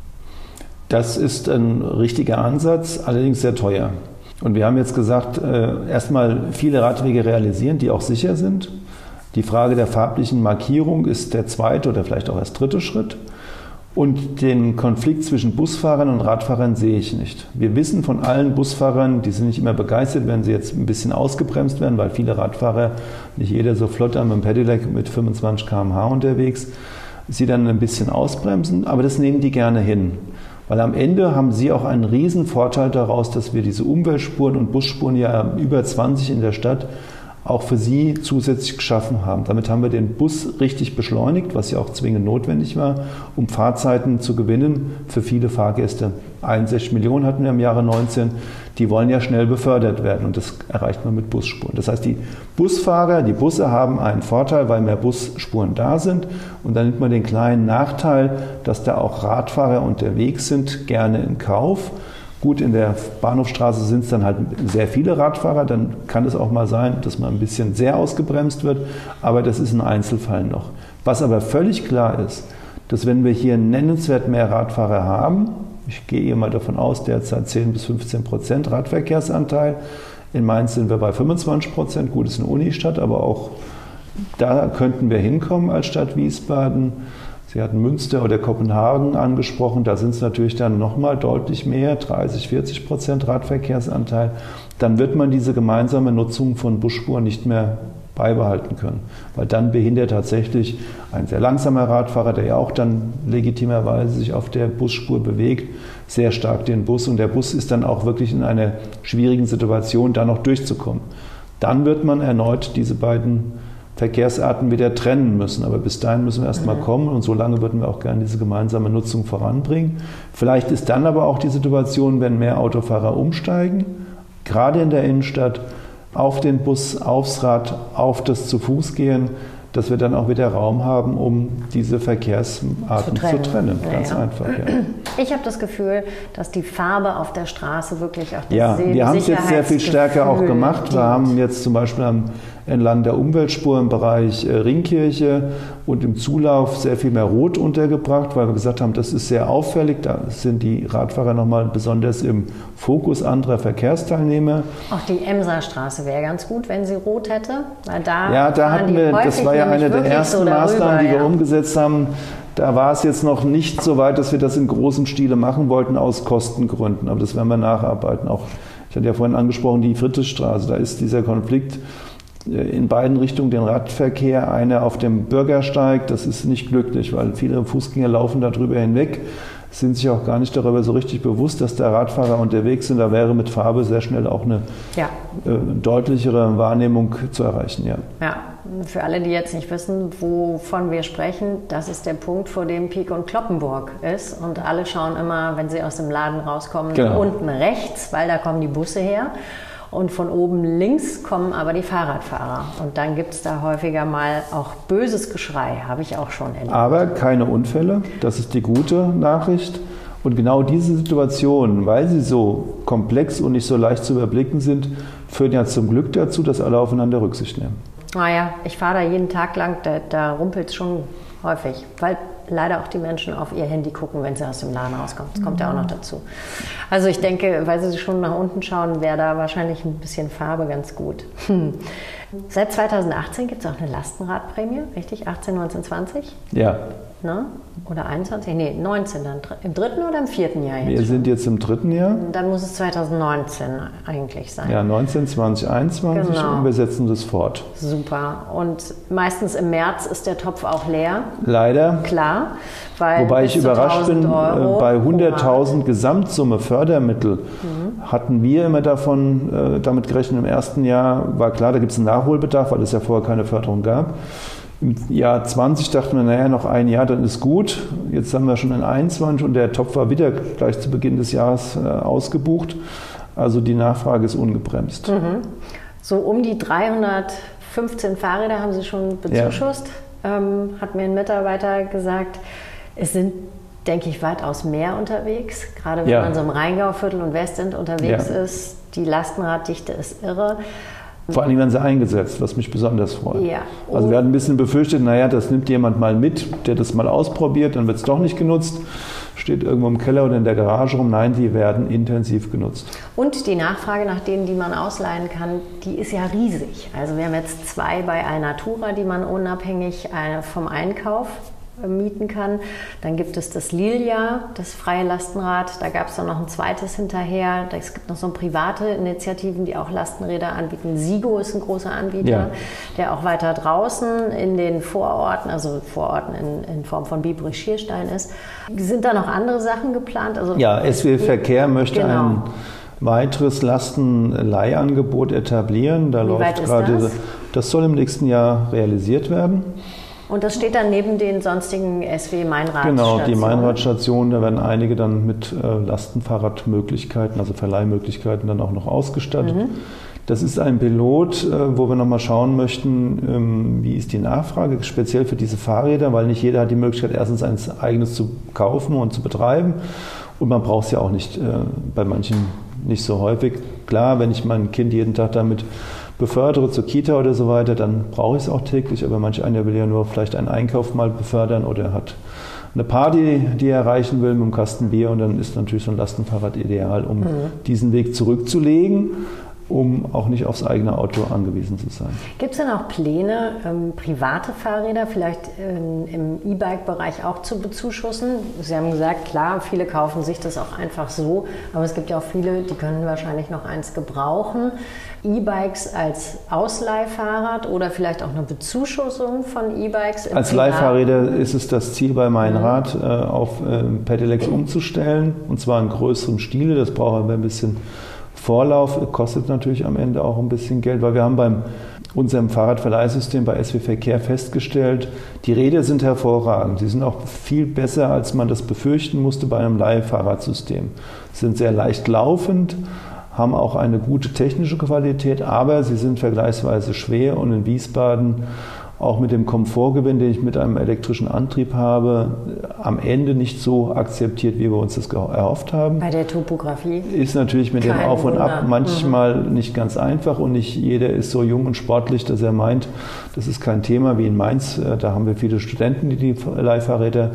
Das ist ein richtiger Ansatz, allerdings sehr teuer. Und wir haben jetzt gesagt, äh, erstmal viele Radwege realisieren, die auch sicher sind. Die Frage der farblichen Markierung ist der zweite oder vielleicht auch erst dritte Schritt. Und den Konflikt zwischen Busfahrern und Radfahrern sehe ich nicht. Wir wissen von allen Busfahrern, die sind nicht immer begeistert, wenn sie jetzt ein bisschen ausgebremst werden, weil viele Radfahrer, nicht jeder so flott am Pedelec mit fünfundzwanzig Kilometer pro Stunde unterwegs, sie dann ein bisschen ausbremsen, aber das nehmen die gerne hin. Weil am Ende haben sie auch einen riesen Vorteil daraus, dass wir diese Umweltspuren und Busspuren ja über zwanzig in der Stadt auch für sie zusätzlich geschaffen haben. Damit haben wir den Bus richtig beschleunigt, was ja auch zwingend notwendig war, um Fahrzeiten zu gewinnen für viele Fahrgäste. einundsechzig Millionen hatten wir im Jahre neunzehn, die wollen ja schnell befördert werden und das erreicht man mit Busspuren. Das heißt, die Busfahrer, die Busse haben einen Vorteil, weil mehr Busspuren da sind und dann nimmt man den kleinen Nachteil, dass da auch Radfahrer unterwegs sind, gerne in Kauf. Gut, in der Bahnhofstraße sind es dann halt sehr viele Radfahrer, dann kann es auch mal sein, dass man ein bisschen sehr ausgebremst wird, aber das ist ein Einzelfall noch. Was aber völlig klar ist, dass wenn wir hier nennenswert mehr Radfahrer haben, ich gehe hier mal davon aus, derzeit zehn bis fünfzehn Prozent Radverkehrsanteil, in Mainz sind wir bei fünfundzwanzig Prozent, gut, ist eine Unistadt, aber auch da könnten wir hinkommen als Stadt Wiesbaden. Sie hatten Münster oder Kopenhagen angesprochen, da sind es natürlich dann nochmal deutlich mehr, dreißig, vierzig Prozent Radverkehrsanteil. Dann wird man diese gemeinsame Nutzung von Busspuren nicht mehr beibehalten können, weil dann behindert tatsächlich ein sehr langsamer Radfahrer, der ja auch dann legitimerweise sich auf der Busspur bewegt, sehr stark den Bus, und der Bus ist dann auch wirklich in einer schwierigen Situation, da noch durchzukommen. Dann wird man erneut diese beiden Verkehrsarten wieder trennen müssen. Aber bis dahin müssen wir erst mal kommen, und so lange würden wir auch gerne diese gemeinsame Nutzung voranbringen. Vielleicht ist dann aber auch die Situation, wenn mehr Autofahrer umsteigen, gerade in der Innenstadt, auf den Bus, aufs Rad, auf das Zu-Fuß-Gehen, dass wir dann auch wieder Raum haben, um diese Verkehrsarten zu trennen. Zu trennen. Ganz ja, ja. einfach. Ja. Ich habe das Gefühl, dass die Farbe auf der Straße wirklich auch das Ja, wir haben es jetzt sehr viel stärker auch gemacht. Wir haben jetzt zum Beispiel am, entlang der Umweltspur im Bereich äh, Ringkirche und im Zulauf sehr viel mehr Rot untergebracht, weil wir gesagt haben, das ist sehr auffällig. Da sind die Radfahrer nochmal besonders im Fokus anderer Verkehrsteilnehmer. Auch die Emserstraße wäre ganz gut, wenn sie rot hätte. Weil da ja, da hatten wir, das war ja eine der ersten so darüber, Maßnahmen, die ja. wir umgesetzt haben. Da war es jetzt noch nicht so weit, dass wir das in großem Stile machen wollten, aus Kostengründen. Aber das werden wir nacharbeiten. Auch, ich hatte ja vorhin angesprochen, die Friedrichstraße. Da ist dieser Konflikt in beiden Richtungen, den Radverkehr. Einer auf dem Bürgersteig, das ist nicht glücklich, weil viele Fußgänger laufen da drüber hinweg, sind sich auch gar nicht darüber so richtig bewusst, dass da Radfahrer unterwegs sind. Da wäre mit Farbe sehr schnell auch eine ja. äh, deutlichere Wahrnehmung zu erreichen. Ja. ja, für alle, die jetzt nicht wissen, wovon wir sprechen, das ist der Punkt, vor dem Pieck und Cloppenburg ist. Und alle schauen immer, wenn sie aus dem Laden rauskommen, genau. unten rechts, weil da kommen die Busse her. Und von oben links kommen aber die Fahrradfahrer. Und dann gibt es da häufiger mal auch böses Geschrei, habe ich auch schon erlebt. Aber keine Unfälle, das ist die gute Nachricht. Und genau diese Situationen, weil sie so komplex und nicht so leicht zu überblicken sind, führen ja zum Glück dazu, dass alle aufeinander Rücksicht nehmen. Naja, ich fahre da jeden Tag lang, da, da rumpelt es schon häufig, weil leider auch die Menschen auf ihr Handy gucken, wenn sie aus dem Laden rauskommen. Das kommt ja auch noch dazu. Also ich denke, weil sie schon nach unten schauen, wäre da wahrscheinlich ein bisschen Farbe ganz gut. Hm. Seit zweitausendachtzehn gibt es auch eine Lastenradprämie, richtig? achtzehn, neunzehn, zwanzig? Ja. Ne? Oder einundzwanzig? Nee, neunzehn dann. Im dritten oder im vierten Jahr jetzt? Wir sind jetzt im dritten Jahr. Dann muss es zweitausendneunzehn eigentlich sein. Ja, neunzehn, zwanzig, einundzwanzig genau. Und wir setzen das fort. Super. Und meistens im März ist der Topf auch leer. Leider. Klar. Weil Wobei ich überrascht bin, Euro bei hunderttausend Gesamtsumme Fördermittel mhm. hatten wir immer davon, äh, damit gerechnet, im ersten Jahr war klar, da gibt es einen Nachholbedarf, weil es ja vorher keine Förderung gab. Im Jahr zwanzig dachten wir, naja, noch ein Jahr, dann ist gut. Jetzt haben wir schon in einundzwanzig und der Topf war wieder gleich zu Beginn des Jahres äh, ausgebucht. Also die Nachfrage ist ungebremst. Mhm. So um die dreihundertfünfzehn Fahrräder haben Sie schon bezuschusst, ja. ähm, hat mir ein Mitarbeiter gesagt. Es sind, denke ich, weitaus mehr unterwegs. Gerade wenn ja. man so im Rheingauviertel und Westend unterwegs ja. ist. Die Lastenraddichte ist irre. Vor allem werden sie eingesetzt, was mich besonders freut. Ja. Oh. Also wir hatten ein bisschen befürchtet, naja, das nimmt jemand mal mit, der das mal ausprobiert, dann wird es doch nicht genutzt. Steht irgendwo im Keller oder in der Garage rum. Nein, die werden intensiv genutzt. Und die Nachfrage nach denen, die man ausleihen kann, die ist ja riesig. Also wir haben jetzt zwei bei Alnatura, die man unabhängig vom Einkauf mieten kann. Dann gibt es das Lilia, das freie Lastenrad. Da gab es dann noch ein zweites hinterher. Es gibt noch so private Initiativen, die auch Lastenräder anbieten. Sigo ist ein großer Anbieter, ja. der auch weiter draußen in den Vororten, also Vororten in, in Form von Biebrich-Schierstein ist. Sind da noch andere Sachen geplant? Also ja, S W Verkehr möchte genau. ein weiteres Lastenleihangebot etablieren. Da Wie läuft weit ist gerade, das? Das soll im nächsten Jahr realisiert werden. Und das steht dann neben den sonstigen S W-Meinradstationen? Genau, die Meinradstationen, da werden einige dann mit äh, Lastenfahrradmöglichkeiten, also Verleihmöglichkeiten dann auch noch ausgestattet. Mhm. Das ist ein Pilot, äh, wo wir nochmal schauen möchten, ähm, wie ist die Nachfrage, speziell für diese Fahrräder, weil nicht jeder hat die Möglichkeit, erstens eins eigenes zu kaufen und zu betreiben. Und man braucht es ja auch nicht, äh, bei manchen nicht so häufig. Klar, wenn ich mein Kind jeden Tag damit befördere zur Kita oder so weiter, dann brauche ich es auch täglich, aber manch einer will ja nur vielleicht einen Einkauf mal befördern oder hat eine Party, die er erreichen will, mit einem Kasten Bier, und dann ist natürlich so ein Lastenfahrrad ideal, um mhm. diesen Weg zurückzulegen, um auch nicht aufs eigene Auto angewiesen zu sein. Gibt es denn auch Pläne, ähm, private Fahrräder vielleicht ähm, im E-Bike-Bereich auch zu bezuschussen? Sie haben gesagt, klar, viele kaufen sich das auch einfach so, aber es gibt ja auch viele, die können wahrscheinlich noch eins gebrauchen. E-Bikes als Ausleihfahrrad oder vielleicht auch eine Bezuschussung von E-Bikes? Als Leihfahrräder ist es das Ziel bei Meinrad, mhm. äh, auf äh, Pedelecs umzustellen, und zwar in größerem Stile. Das braucht aber ein bisschen Vorlauf, kostet natürlich am Ende auch ein bisschen Geld, weil wir haben bei unserem Fahrradverleihsystem bei S W Verkehr festgestellt, die Räder sind hervorragend. Sie sind auch viel besser, als man das befürchten musste bei einem Leihfahrradsystem. Sie sind sehr leicht laufend, haben auch eine gute technische Qualität, aber sie sind vergleichsweise schwer, und in Wiesbaden auch mit dem Komfortgewinn, den ich mit einem elektrischen Antrieb habe, am Ende nicht so akzeptiert, wie wir uns das erhofft haben. Bei der Topografie? Ist natürlich mit dem Auf und Ab manchmal mhm. nicht ganz einfach, und nicht jeder ist so jung und sportlich, dass er meint, das ist kein Thema wie in Mainz. Da haben wir viele Studenten, die die Leihfahrräder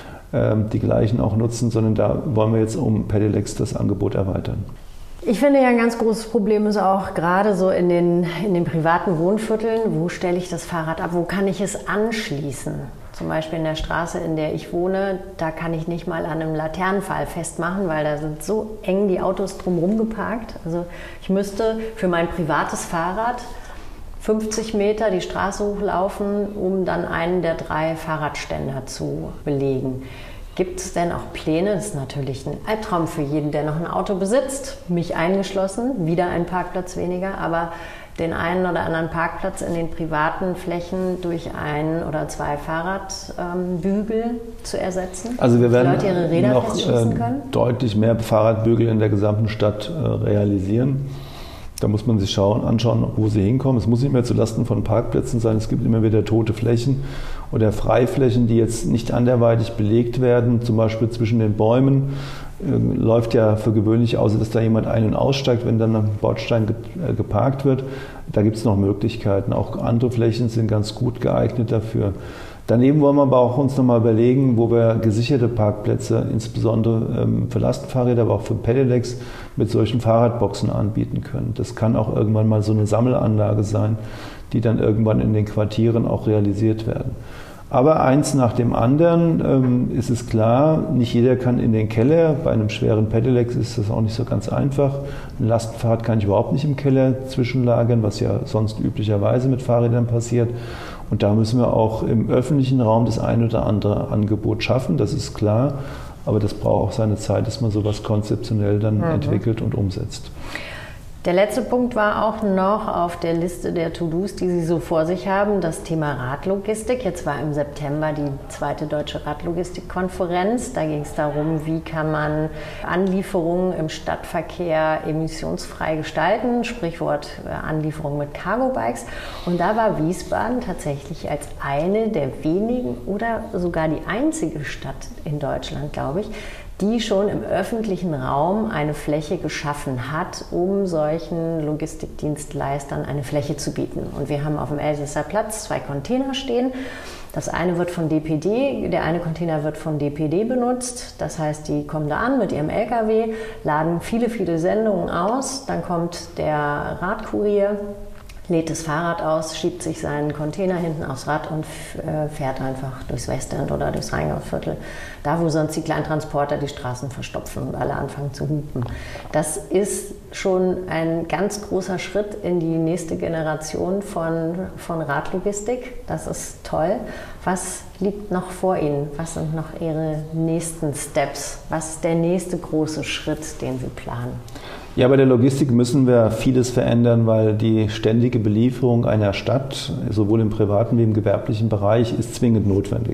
die gleichen auch nutzen, sondern da wollen wir jetzt um Pedelecs das Angebot erweitern. Ich finde ja, ein ganz großes Problem ist auch gerade so in den, in den privaten Wohnvierteln, wo stelle ich das Fahrrad ab, wo kann ich es anschließen? Zum Beispiel in der Straße, in der ich wohne, da kann ich nicht mal an einem Laternenpfahl festmachen, weil da sind so eng die Autos drumherum geparkt. Also ich müsste für mein privates Fahrrad fünfzig Meter die Straße hochlaufen, um dann einen der drei Fahrradständer zu belegen. Gibt es denn auch Pläne, das ist natürlich ein Albtraum für jeden, der noch ein Auto besitzt, mich eingeschlossen, wieder ein Parkplatz weniger, aber den einen oder anderen Parkplatz in den privaten Flächen durch ein oder zwei Fahrradbügel ähm, zu ersetzen? Also wir werden Leute ihre Räder noch festschließen äh, können? deutlich mehr Fahrradbügel in der gesamten Stadt äh, realisieren. Da muss man sich schauen, anschauen, wo sie hinkommen. Es muss nicht mehr zulasten von Parkplätzen sein. Es gibt immer wieder tote Flächen oder Freiflächen, die jetzt nicht anderweitig belegt werden. Zum Beispiel zwischen den Bäumen äh, läuft ja für gewöhnlich aus, dass da jemand ein- und aussteigt, wenn dann ein Bordstein ge- äh, geparkt wird. Da gibt es noch Möglichkeiten. Auch andere Flächen sind ganz gut geeignet dafür. Daneben wollen wir aber auch uns nochmal überlegen, wo wir gesicherte Parkplätze, insbesondere ähm, für Lastenfahrräder, aber auch für Pedelecs, mit solchen Fahrradboxen anbieten können. Das kann auch irgendwann mal so eine Sammelanlage sein, die dann irgendwann in den Quartieren auch realisiert werden. Aber eins nach dem anderen ähm, ist es klar, nicht jeder kann in den Keller. Bei einem schweren Pedelec ist das auch nicht so ganz einfach. Ein Lastenfahrrad kann ich überhaupt nicht im Keller zwischenlagern, was ja sonst üblicherweise mit Fahrrädern passiert. Und da müssen wir auch im öffentlichen Raum das ein oder andere Angebot schaffen, das ist klar. Aber das braucht auch seine Zeit, dass man sowas konzeptionell dann mhm. entwickelt und umsetzt. Der letzte Punkt war auch noch auf der Liste der To-Dos, die Sie so vor sich haben, das Thema Radlogistik. Jetzt war im September die zweite Deutsche Radlogistikkonferenz. Da ging es darum, wie kann man Anlieferungen im Stadtverkehr emissionsfrei gestalten, Sprichwort Anlieferung mit Cargo-Bikes. Und da war Wiesbaden tatsächlich als eine der wenigen oder sogar die einzige Stadt in Deutschland, glaube ich, die schon im öffentlichen Raum eine Fläche geschaffen hat, um solchen Logistikdienstleistern eine Fläche zu bieten. Und wir haben auf dem Elsässer Platz zwei Container stehen. Das eine wird von D P D, der eine Container wird von D P D benutzt. Das heißt, die kommen da an mit ihrem L K W, laden viele, viele Sendungen aus. Dann kommt der Radkurier, lädt das Fahrrad aus, schiebt sich seinen Container hinten aufs Rad und äh, fährt einfach durchs Westend oder durchs Rheingauviertel. Da, wo sonst die Kleintransporter die Straßen verstopfen und alle anfangen zu hupen. Das ist schon ein ganz großer Schritt in die nächste Generation von, von Radlogistik. Das ist toll. Was liegt noch vor Ihnen? Was sind noch Ihre nächsten Steps? Was ist der nächste große Schritt, den Sie planen? Ja, bei der Logistik müssen wir vieles verändern, weil die ständige Belieferung einer Stadt, sowohl im privaten wie im gewerblichen Bereich, ist zwingend notwendig.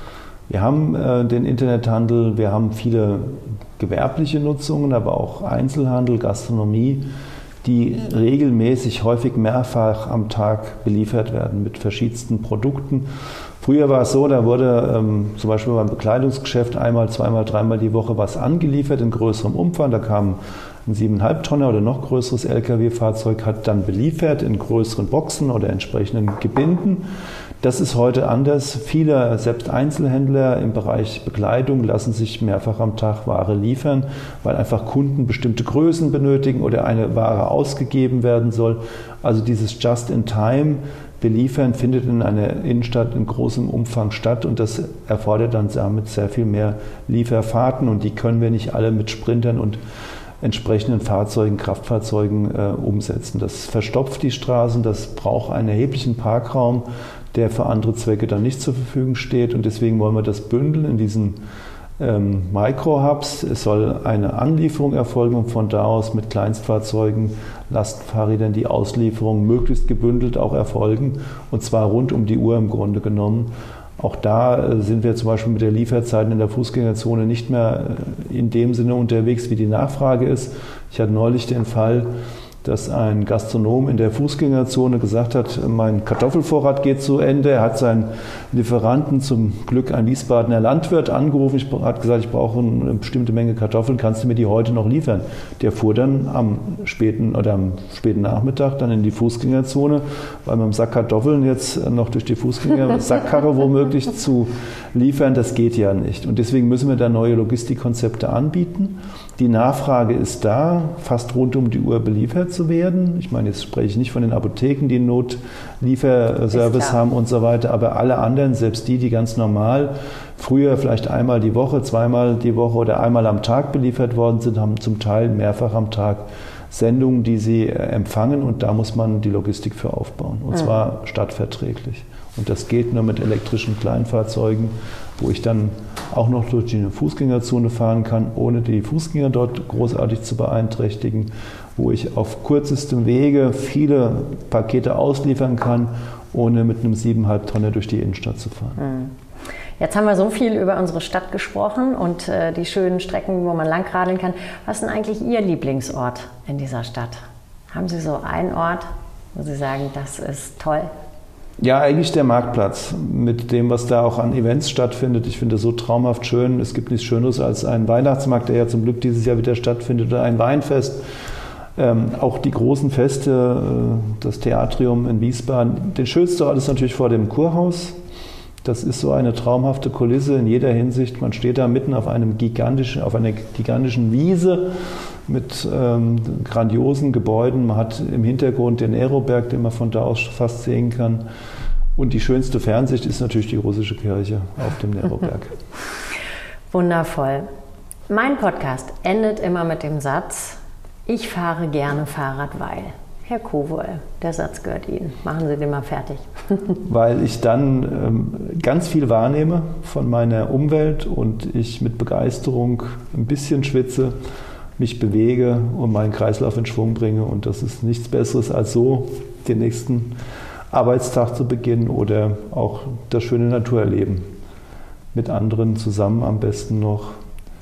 Wir haben äh, den Internethandel, wir haben viele gewerbliche Nutzungen, aber auch Einzelhandel, Gastronomie, die regelmäßig, häufig mehrfach am Tag beliefert werden mit verschiedensten Produkten. Früher war es so, da wurde ähm, zum Beispiel beim Bekleidungsgeschäft einmal, zweimal, dreimal die Woche was angeliefert in größerem Umfang. Da kam ein siebeneinhalb Tonner oder noch größeres L K W-Fahrzeug, hat dann beliefert in größeren Boxen oder entsprechenden Gebinden. Das ist heute anders. Viele, selbst Einzelhändler im Bereich Bekleidung, lassen sich mehrfach am Tag Ware liefern, weil einfach Kunden bestimmte Größen benötigen oder eine Ware ausgegeben werden soll. Also dieses Just-in-Time beliefern findet in einer Innenstadt in großem Umfang statt und das erfordert dann damit sehr viel mehr Lieferfahrten und die können wir nicht alle mit Sprintern und entsprechenden Fahrzeugen, Kraftfahrzeugen äh, umsetzen. Das verstopft die Straßen, das braucht einen erheblichen Parkraum, der für andere Zwecke dann nicht zur Verfügung steht und deswegen wollen wir das bündeln in diesen ähm, Micro-Hubs. Es soll eine Anlieferung erfolgen und von da aus mit Kleinstfahrzeugen, Lastenfahrrädern die Auslieferung möglichst gebündelt auch erfolgen und zwar rund um die Uhr im Grunde genommen. Auch da sind wir zum Beispiel mit der Lieferzeiten in der Fußgängerzone nicht mehr in dem Sinne unterwegs, wie die Nachfrage ist. Ich hatte neulich den Fall, dass ein Gastronom in der Fußgängerzone gesagt hat, mein Kartoffelvorrat geht zu Ende. Er hat seinen Lieferanten, zum Glück ein Wiesbadener Landwirt, angerufen. Ich hat gesagt, ich brauche eine bestimmte Menge Kartoffeln, kannst du mir die heute noch liefern? Der fuhr dann am späten oder am späten Nachmittag dann in die Fußgängerzone, weil man im Sack Kartoffeln jetzt noch durch die Fußgänger-Sackkarre womöglich zu liefern, das geht ja nicht. Und deswegen müssen wir da neue Logistikkonzepte anbieten. Die Nachfrage ist da, fast rund um die Uhr beliefert zu werden. Ich meine, jetzt spreche ich nicht von den Apotheken, die einen Notlieferservice haben und so weiter, aber alle anderen, selbst die, die ganz normal früher vielleicht einmal die Woche, zweimal die Woche oder einmal am Tag beliefert worden sind, haben zum Teil mehrfach am Tag Sendungen, die sie empfangen und da muss man die Logistik für aufbauen und mhm. zwar stadtverträglich. Und das geht nur mit elektrischen Kleinfahrzeugen, wo ich dann auch noch durch die Fußgängerzone fahren kann, ohne die Fußgänger dort großartig zu beeinträchtigen, wo ich auf kürzestem Wege viele Pakete ausliefern kann, ohne mit einem siebeneinhalb Tonner durch die Innenstadt zu fahren. Jetzt haben wir so viel über unsere Stadt gesprochen und äh, die schönen Strecken, wo man langradeln kann. Was ist denn eigentlich Ihr Lieblingsort in dieser Stadt? Haben Sie so einen Ort, wo Sie sagen, das ist toll? Ja, eigentlich der Marktplatz mit dem, was da auch an Events stattfindet. Ich finde es so traumhaft schön. Es gibt nichts Schöneres als einen Weihnachtsmarkt, der ja zum Glück dieses Jahr wieder stattfindet, oder ein Weinfest. Ähm, auch die großen Feste, äh, das Theatrium in Wiesbaden. Den schönsten Ort ist natürlich vor dem Kurhaus. Das ist so eine traumhafte Kulisse in jeder Hinsicht. Man steht da mitten auf einem gigantischen, auf einer gigantischen Wiese mit ähm, grandiosen Gebäuden. Man hat im Hintergrund den Aeroberg, den man von da aus fast sehen kann. Und die schönste Fernsicht ist natürlich die russische Kirche auf dem Aeroberg. Wundervoll. Mein Podcast endet immer mit dem Satz, ich fahre gerne Fahrrad, weil... Herr Kowol, der Satz gehört Ihnen. Machen Sie den mal fertig. Weil ich dann ähm, ganz viel wahrnehme von meiner Umwelt und ich mit Begeisterung ein bisschen schwitze, mich bewege und meinen Kreislauf in Schwung bringe. Und das ist nichts Besseres als so, den nächsten Arbeitstag zu beginnen oder auch das schöne Naturerleben mit anderen zusammen am besten noch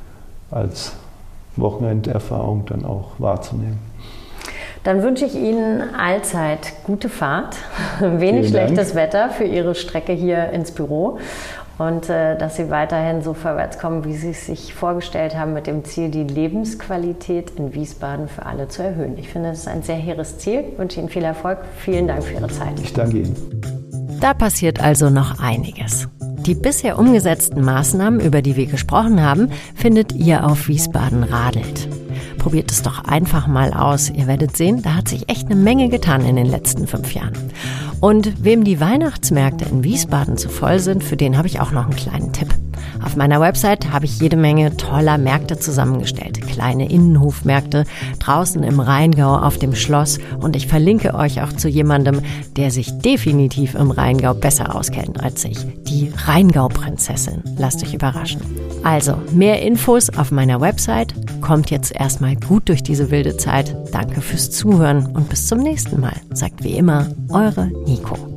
als Wochenenderfahrung dann auch wahrzunehmen. Dann wünsche ich Ihnen allzeit gute Fahrt, wenig schlechtes Wetter für Ihre Strecke hier ins Büro und äh, dass Sie weiterhin so vorwärts kommen, wie Sie es sich vorgestellt haben, mit dem Ziel, die Lebensqualität in Wiesbaden für alle zu erhöhen. Ich finde, das ist ein sehr hehres Ziel. Ich wünsche Ihnen viel Erfolg. Vielen Dank für Ihre Zeit. Ich danke Ihnen. Da passiert also noch einiges. Die bisher umgesetzten Maßnahmen, über die wir gesprochen haben, findet ihr auf Wiesbaden radelt. Probiert es doch einfach mal aus. Ihr werdet sehen, da hat sich echt eine Menge getan in den letzten fünf Jahren. Und wem die Weihnachtsmärkte in Wiesbaden zu voll sind, für den habe ich auch noch einen kleinen Tipp. Auf meiner Website habe ich jede Menge toller Märkte zusammengestellt. Kleine Innenhofmärkte draußen im Rheingau auf dem Schloss. Und ich verlinke euch auch zu jemandem, der sich definitiv im Rheingau besser auskennt als ich. Die Rheingau-Prinzessin. Lasst euch überraschen. Also, mehr Infos auf meiner Website. Kommt jetzt erstmal gut durch diese wilde Zeit. Danke fürs Zuhören und bis zum nächsten Mal. Sagt wie immer, eure Nico.